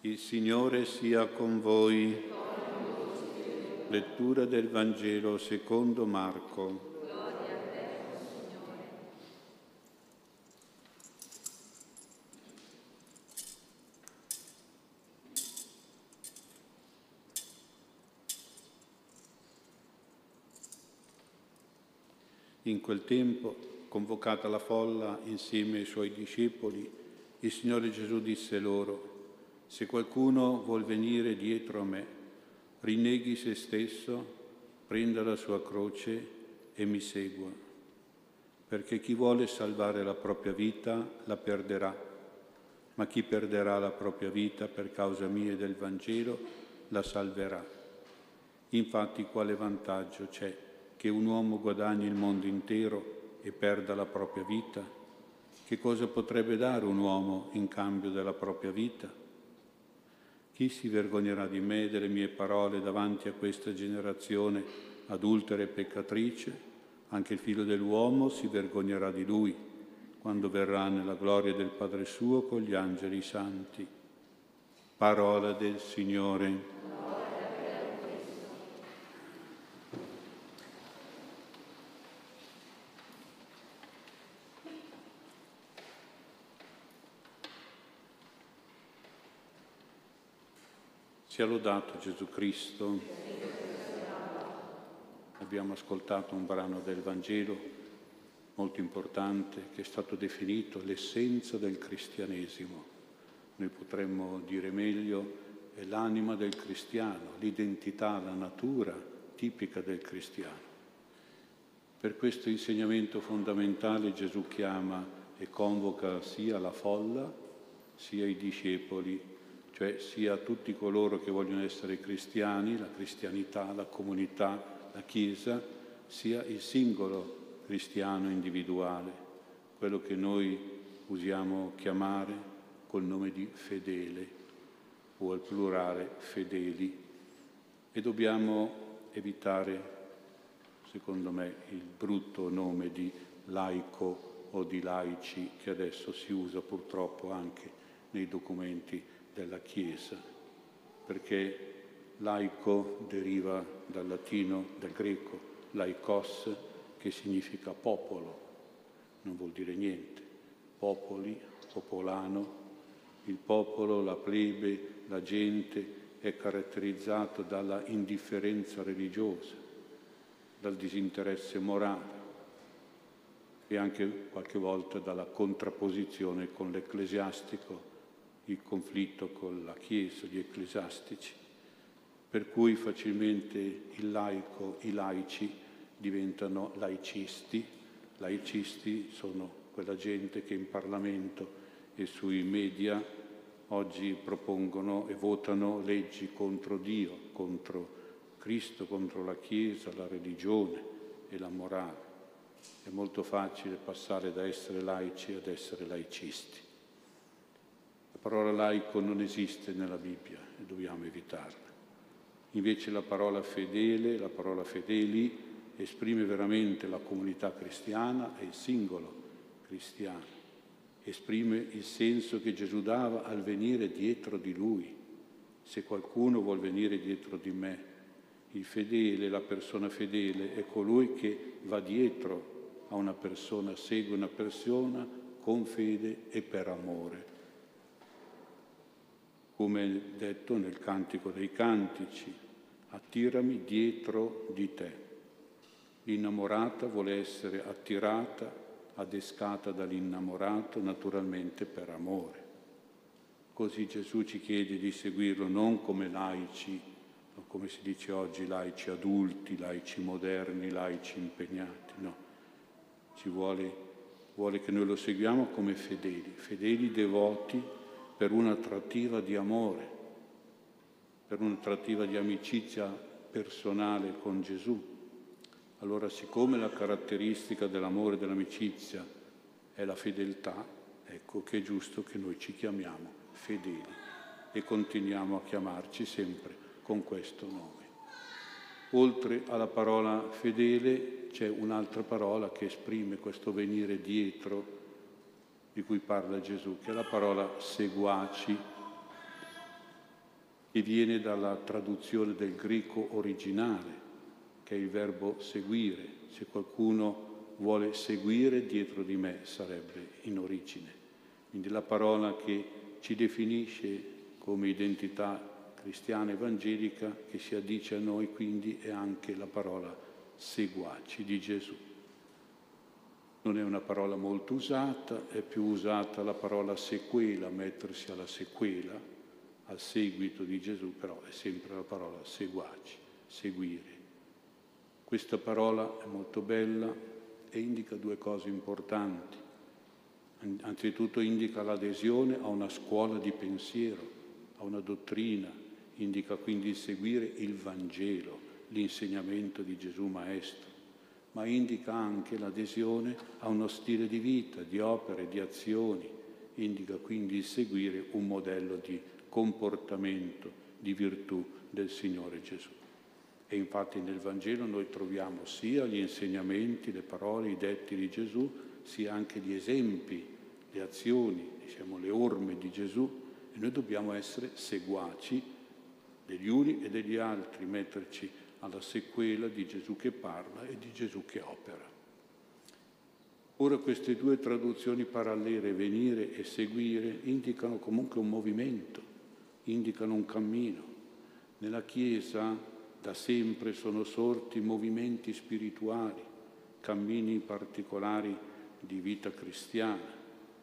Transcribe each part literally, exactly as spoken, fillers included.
Il Signore sia con voi. Lettura del Vangelo secondo Marco. In quel tempo, convocata la folla insieme ai suoi discepoli, il Signore Gesù disse loro: se qualcuno vuol venire dietro a me, rinneghi se stesso, prenda la sua croce e mi segua. Perché chi vuole salvare la propria vita la perderà, ma chi perderà la propria vita per causa mia e del Vangelo la salverà. Infatti, quale vantaggio c'è che un uomo guadagni il mondo intero e perda la propria vita? Che cosa potrebbe dare un uomo in cambio della propria vita? Chi si vergognerà di me e delle mie parole davanti a questa generazione adultera e peccatrice? Anche il Figlio dell'uomo si vergognerà di lui quando verrà nella gloria del Padre suo con gli angeli santi. Parola del Signore. Sia lodato Gesù Cristo. Abbiamo ascoltato un brano del Vangelo molto importante che è stato definito l'essenza del cristianesimo. Noi potremmo dire meglio, è l'anima del cristiano, l'identità, la natura tipica del cristiano. Per questo insegnamento fondamentale Gesù chiama e convoca sia la folla sia i discepoli, cioè sia tutti coloro che vogliono essere cristiani, la cristianità, la comunità, la Chiesa, sia il singolo cristiano individuale, quello che noi usiamo chiamare col nome di fedele o al plurale fedeli. E dobbiamo evitare, secondo me, il brutto nome di laico o di laici che adesso si usa purtroppo anche nei documenti della Chiesa, perché laico deriva dal latino, dal greco, laikos, che significa popolo, non vuol dire niente. Popoli, popolano, il popolo, la plebe, la gente è caratterizzato dalla indifferenza religiosa, dal disinteresse morale e anche qualche volta dalla contrapposizione con l'ecclesiastico, il conflitto con la Chiesa, gli ecclesiastici, per cui facilmente il laico, i laici diventano laicisti. Laicisti sono quella gente che in Parlamento e sui media oggi propongono e votano leggi contro Dio, contro Cristo, contro la Chiesa, la religione e la morale. È molto facile passare da essere laici ad essere laicisti. La parola laico non esiste nella Bibbia e dobbiamo evitarla. Invece la parola fedele, la parola fedeli, esprime veramente la comunità cristiana e il singolo cristiano. Esprime il senso che Gesù dava al venire dietro di Lui. Se qualcuno vuol venire dietro di me, il fedele, la persona fedele, è colui che va dietro a una persona, segue una persona con fede e per amore. Come detto nel Cantico dei Cantici, attirami dietro di te. L'innamorata vuole essere attirata, adescata dall'innamorato, naturalmente per amore. Così Gesù ci chiede di seguirlo non come laici, o come si dice oggi, laici adulti, laici moderni, laici impegnati, no. Ci vuole, vuole che noi lo seguiamo come fedeli, fedeli devoti, per un'attrattiva di amore, per un'attrattiva di amicizia personale con Gesù. Allora, siccome la caratteristica dell'amore e dell'amicizia è la fedeltà, ecco che è giusto che noi ci chiamiamo fedeli e continuiamo a chiamarci sempre con questo nome. Oltre alla parola fedele c'è un'altra parola che esprime questo venire dietro di cui parla Gesù, che è la parola seguaci. e viene dalla traduzione del greco originale, che è il verbo seguire. Se qualcuno vuole seguire dietro di me sarebbe in origine. Quindi la parola che ci definisce come identità cristiana evangelica, che si addice a noi quindi, è anche la parola seguaci di Gesù. Non è una parola molto usata, è più usata la parola sequela, mettersi alla sequela, al seguito di Gesù, però è sempre la parola seguaci, seguire. Questa parola è molto bella e indica due cose importanti. Anzitutto indica l'adesione a una scuola di pensiero, a una dottrina, indica quindi il seguire il Vangelo, l'insegnamento di Gesù Maestro, ma indica anche l'adesione a uno stile di vita, di opere, di azioni, indica quindi il seguire un modello di comportamento, di virtù del Signore Gesù. E infatti nel Vangelo noi troviamo sia gli insegnamenti, le parole, i detti di Gesù, sia anche gli esempi, le azioni, diciamo le orme di Gesù, e noi dobbiamo essere seguaci degli uni e degli altri, metterci alla sequela di Gesù che parla e di Gesù che opera. Ora queste due traduzioni parallele, venire e seguire, indicano comunque un movimento, indicano un cammino. Nella Chiesa da sempre sono sorti movimenti spirituali, cammini particolari di vita cristiana,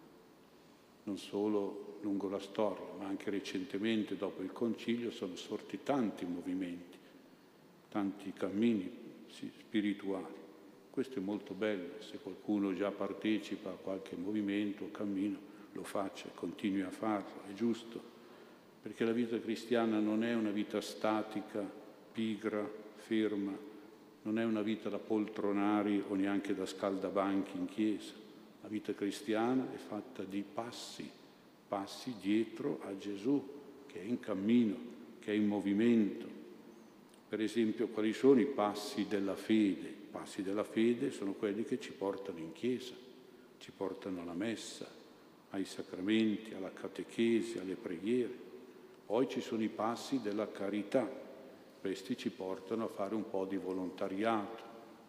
non solo lungo la storia, ma anche recentemente, dopo il Concilio, sono sorti tanti movimenti, tanti cammini spirituali. Questo è molto bello, se qualcuno già partecipa a qualche movimento o cammino, lo faccia, continui a farlo, è giusto, perché la vita cristiana non è una vita statica, pigra, ferma, non è una vita da poltronari o neanche da scaldabanchi in chiesa. La vita cristiana è fatta di passi, passi dietro a Gesù, che è in cammino, che è in movimento. Per esempio, quali sono i passi della fede? I passi della fede sono quelli che ci portano in chiesa, ci portano alla messa, ai sacramenti, alla catechesi, alle preghiere. Poi ci sono i passi della carità. Questi ci portano a fare un po' di volontariato,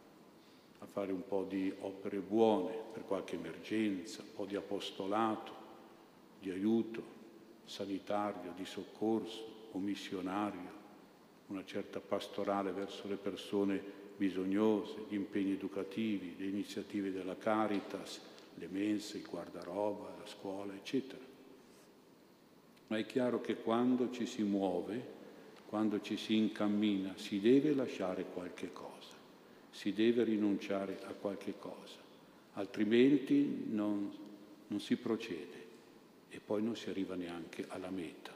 a fare un po' di opere buone per qualche emergenza, un po' di apostolato, di aiuto sanitario, di soccorso o missionario, una certa pastorale verso le persone bisognose, gli impegni educativi, le iniziative della Caritas, le mense, il guardaroba, la scuola, eccetera. Ma è chiaro che quando ci si muove, quando ci si incammina, si deve lasciare qualche cosa. Si deve rinunciare a qualche cosa, altrimenti non, non si procede e poi non si arriva neanche alla meta.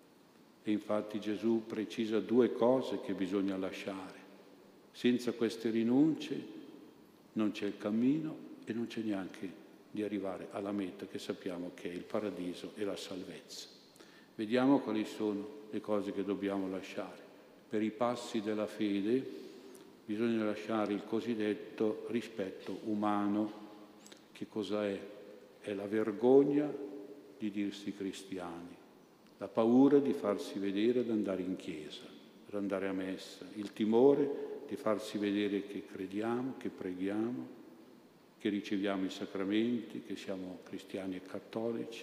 E infatti Gesù precisa due cose che bisogna lasciare. Senza queste rinunce non c'è il cammino e non c'è neanche di arrivare alla meta che sappiamo che è il paradiso e la salvezza. Vediamo quali sono le cose che dobbiamo lasciare. Per i passi della fede bisogna lasciare il cosiddetto rispetto umano. Che cosa è? È la vergogna di dirsi cristiani, la paura di farsi vedere ad andare in chiesa, ad andare a messa, il timore di farsi vedere che crediamo, che preghiamo, che riceviamo i sacramenti, che siamo cristiani e cattolici.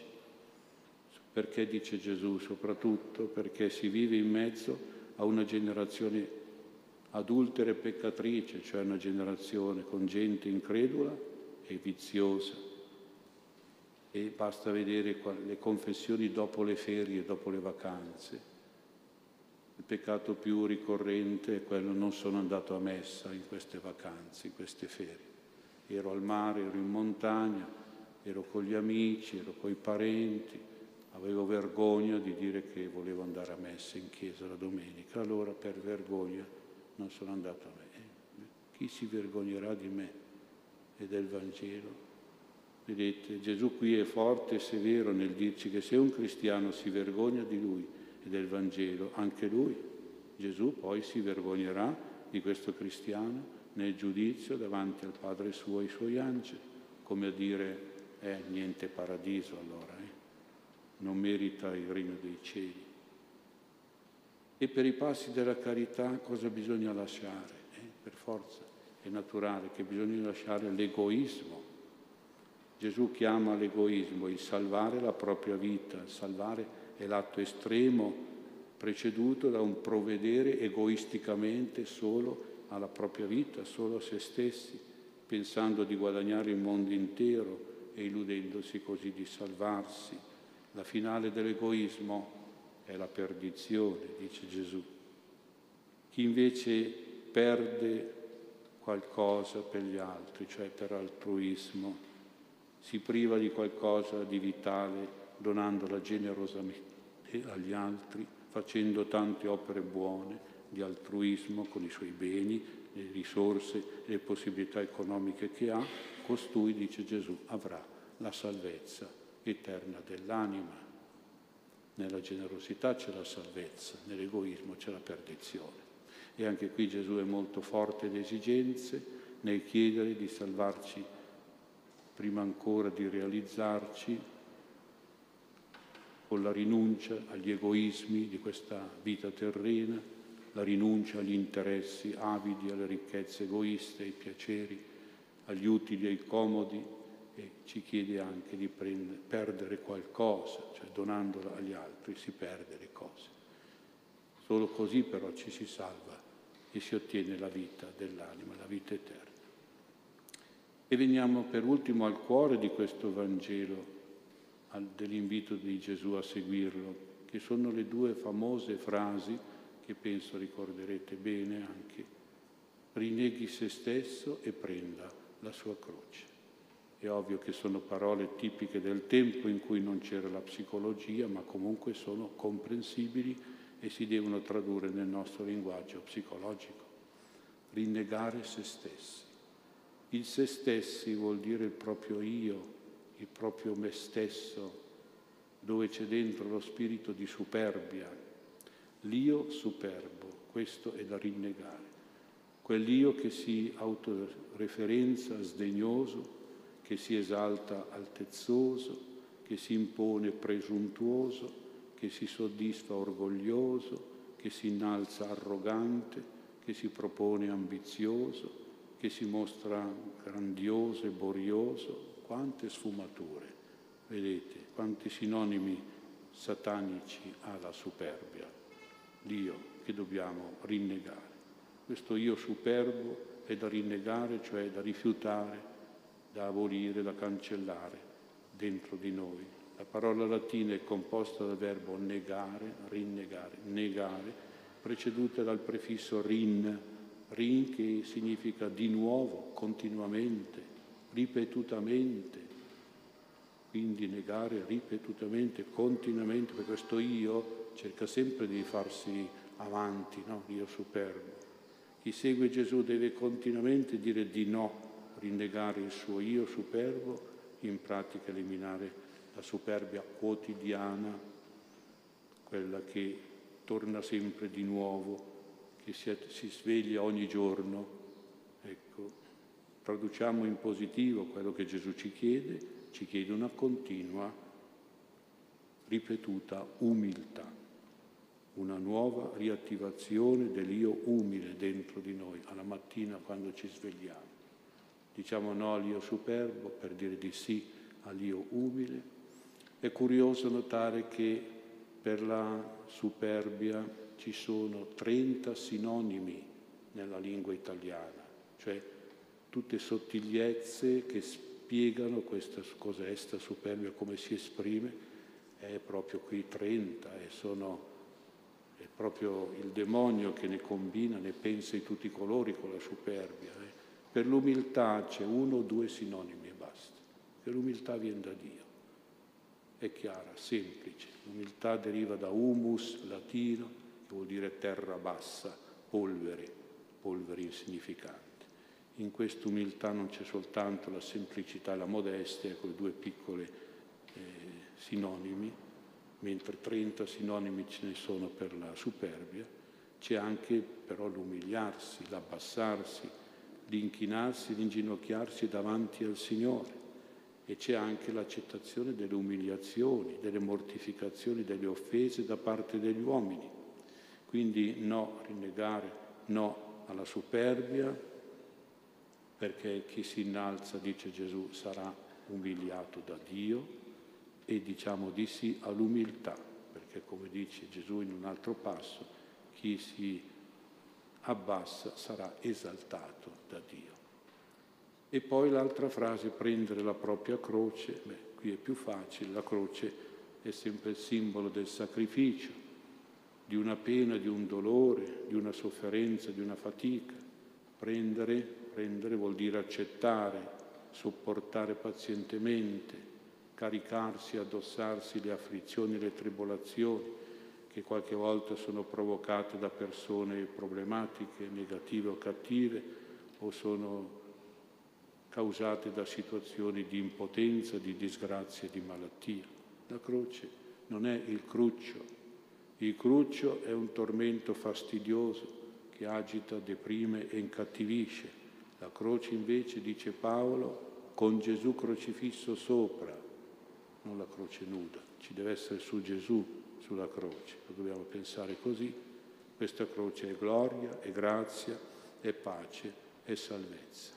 Perché, dice Gesù, soprattutto perché si vive in mezzo a una generazione adultera e peccatrice, cioè una generazione con gente incredula e viziosa. E basta vedere le confessioni dopo le ferie, dopo le vacanze. Il peccato più ricorrente è quello: non sono andato a messa in queste vacanze, in queste ferie. Ero al mare, ero in montagna, ero con gli amici, ero con i parenti, avevo vergogna di dire che volevo andare a messa in chiesa la domenica, allora per vergogna non sono andato a me. Chi si vergognerà di me e del Vangelo? Vedete, Gesù qui è forte e severo nel dirci che se un cristiano si vergogna di lui e del Vangelo, anche lui, Gesù, poi si vergognerà di questo cristiano nel giudizio davanti al Padre suo e ai suoi angeli, come a dire, eh, niente paradiso allora, eh? Non merita il regno dei cieli. E per i passi della carità cosa bisogna lasciare? Eh? Per forza è naturale che bisogna lasciare l'egoismo. Gesù chiama l'egoismo il salvare la propria vita. Il salvare è l'atto estremo preceduto da un provvedere egoisticamente solo alla propria vita, solo a se stessi, pensando di guadagnare il mondo intero e illudendosi così di salvarsi. La finale dell'egoismo è la perdizione, dice Gesù. Chi invece perde qualcosa per gli altri, cioè per altruismo, si priva di qualcosa di vitale donandola generosamente agli altri, facendo tante opere buone di altruismo con i suoi beni, le risorse e le possibilità economiche che ha, costui, dice Gesù, avrà la salvezza eterna dell'anima. Nella generosità c'è la salvezza, nell'egoismo c'è la perdizione. E anche qui Gesù è molto forte ed esigenze nel chiedere di salvarci prima ancora di realizzarci con la rinuncia agli egoismi di questa vita terrena, la rinuncia agli interessi avidi, alle ricchezze egoiste, ai piaceri, agli utili e ai comodi, e ci chiede anche di prendere, perdere qualcosa, cioè donandola agli altri si perde le cose. Solo così però ci si salva e si ottiene la vita dell'anima, la vita eterna. E veniamo per ultimo al cuore di questo Vangelo, al, dell'invito di Gesù a seguirlo, che sono le due famose frasi che penso ricorderete bene anche: rinneghi se stesso e prenda la sua croce. È ovvio che sono parole tipiche del tempo in cui non c'era la psicologia, ma comunque sono comprensibili e si devono tradurre nel nostro linguaggio psicologico. Rinnegare se stessi. Il se stessi vuol dire il proprio io, il proprio me stesso, dove c'è dentro lo spirito di superbia. L'io superbo, questo è da rinnegare. Quell'io che si autoreferenza sdegnoso, che si esalta altezzoso, che si impone presuntuoso, che si soddisfa orgoglioso, che si innalza arrogante, che si propone ambizioso, che si mostra grandioso e borioso. Quante sfumature, vedete, quanti sinonimi satanici ha la superbia, l'io che dobbiamo rinnegare. Questo io superbo è da rinnegare, cioè da rifiutare, da abolire, da cancellare dentro di noi. La parola latina è composta dal verbo negare, rinnegare, negare, preceduta dal prefisso rin, rin che significa di nuovo, continuamente, ripetutamente. Quindi negare ripetutamente, continuamente, perché questo io cerca sempre di farsi avanti, no? Io superbo. Chi segue Gesù deve continuamente dire di no, rinnegare il suo io superbo, in pratica eliminare la superbia quotidiana, quella che torna sempre di nuovo, che si, si sveglia ogni giorno. Ecco, traduciamo in positivo quello che Gesù ci chiede, ci chiede una continua, ripetuta umiltà, una nuova riattivazione dell'io umile dentro di noi, alla mattina quando ci svegliamo. Diciamo no all'io superbo per dire di sì all'io umile. È curioso notare che per la superbia ci sono trenta sinonimi nella lingua italiana, cioè tutte sottigliezze che spiegano questa cosa è sta superbia, come si esprime. È proprio qui trenta e sono è proprio il demonio che ne combina, ne pensa di tutti i colori con la superbia. Eh. Per l'umiltà c'è uno o due sinonimi e basta, che l'umiltà viene da Dio. È chiara, semplice. L'umiltà deriva da humus, latino, che vuol dire terra bassa, polvere, polvere insignificanti. In questa umiltà non c'è soltanto la semplicità e la modestia, con due piccole eh, sinonimi, mentre trenta sinonimi ce ne sono per la superbia. C'è anche però l'umiliarsi, l'abbassarsi, l'inchinarsi, l'inginocchiarsi davanti al Signore. E c'è anche l'accettazione delle umiliazioni, delle mortificazioni, delle offese da parte degli uomini. Quindi no a rinnegare, no alla superbia, perché chi si innalza, dice Gesù, sarà umiliato da Dio, e diciamo di sì all'umiltà, perché come dice Gesù in un altro passo, chi si abbassa sarà esaltato da Dio. E poi l'altra frase, prendere la propria croce, beh, qui è più facile, la croce è sempre il simbolo del sacrificio, di una pena, di un dolore, di una sofferenza, di una fatica. Prendere, prendere vuol dire accettare, sopportare pazientemente, caricarsi, addossarsi le afflizioni e le tribolazioni che qualche volta sono provocate da persone problematiche, negative o cattive, o sono causate da situazioni di impotenza, di disgrazia e di malattia. La croce non è il cruccio. Il cruccio è un tormento fastidioso che agita, deprime e incattivisce. La croce invece, dice Paolo, con Gesù crocifisso sopra, non la croce nuda. Ci deve essere su Gesù, sulla croce. Lo dobbiamo pensare così. Questa croce è gloria, è grazia, è pace, è salvezza.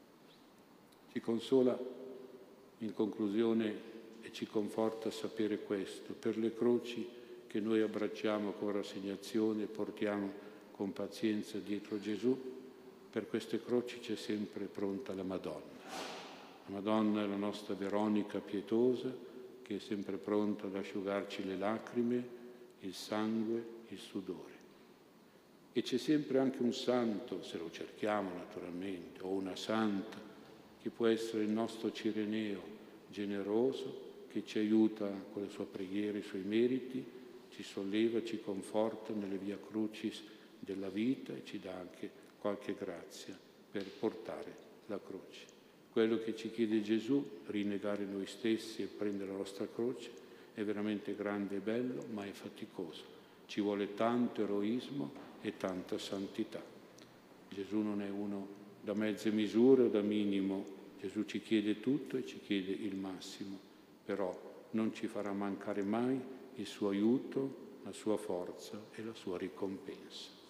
Ci consola in conclusione e ci conforta sapere questo. Per le croci che noi abbracciamo con rassegnazione e portiamo con pazienza dietro Gesù, per queste croci c'è sempre pronta la Madonna. La Madonna è la nostra Veronica pietosa, che è sempre pronta ad asciugarci le lacrime, il sangue, il sudore. E c'è sempre anche un santo, se lo cerchiamo naturalmente, o una santa, che può essere il nostro Cireneo, generoso, che ci aiuta con le sue preghiere, i suoi meriti, ci solleva, ci conforta nelle via crucis della vita e ci dà anche qualche grazia per portare la croce. Quello che ci chiede Gesù, rinnegare noi stessi e prendere la nostra croce, è veramente grande e bello, ma è faticoso. Ci vuole tanto eroismo e tanta santità. Gesù non è uno da mezze misure o da minimo. Gesù ci chiede tutto e ci chiede il massimo, però non ci farà mancare mai il suo aiuto, la sua forza e la sua ricompensa.